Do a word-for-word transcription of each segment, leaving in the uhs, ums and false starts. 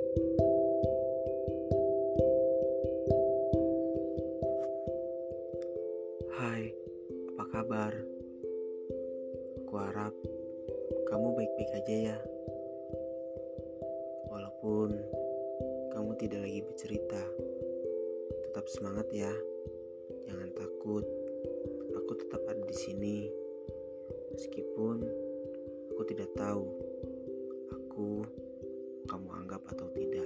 Hai, apa kabar? Aku harap kamu baik-baik aja ya. Walaupun kamu tidak lagi bercerita, tetap semangat ya. Jangan takut. Aku tetap ada di sini. Meskipun aku tidak tahu aku kamu anggap atau tidak.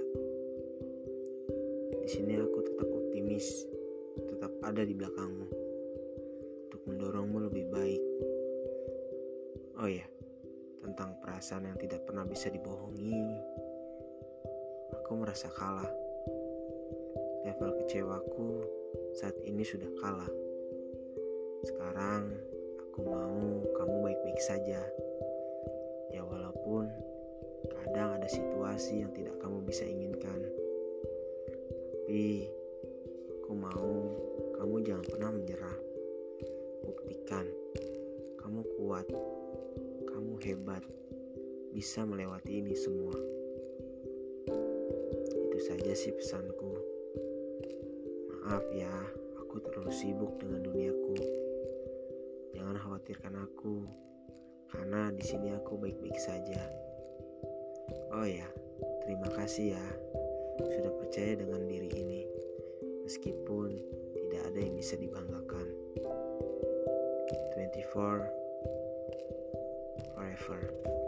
Di sini aku tetap optimis, tetap ada di belakangmu untuk mendorongmu lebih baik. Oh ya, tentang perasaan yang tidak pernah bisa dibohongi, aku merasa kalah. Level kecewaku saat ini sudah kalah. Sekarang aku mau kamu baik-baik saja. Ya walaupun kadang ada situasi yang tidak kamu bisa inginkan. Tapi aku mau kamu jangan pernah menyerah. Buktikan kamu kuat, kamu hebat, bisa melewati ini semua. Itu saja sih pesanku. Maaf ya, aku terlalu sibuk dengan duniaku. Jangan khawatirkan aku, karena di sini aku baik-baik saja. Oh ya, terima kasih ya sudah percaya dengan diri ini, meskipun tidak ada yang bisa dibanggakan. twenty-four forever.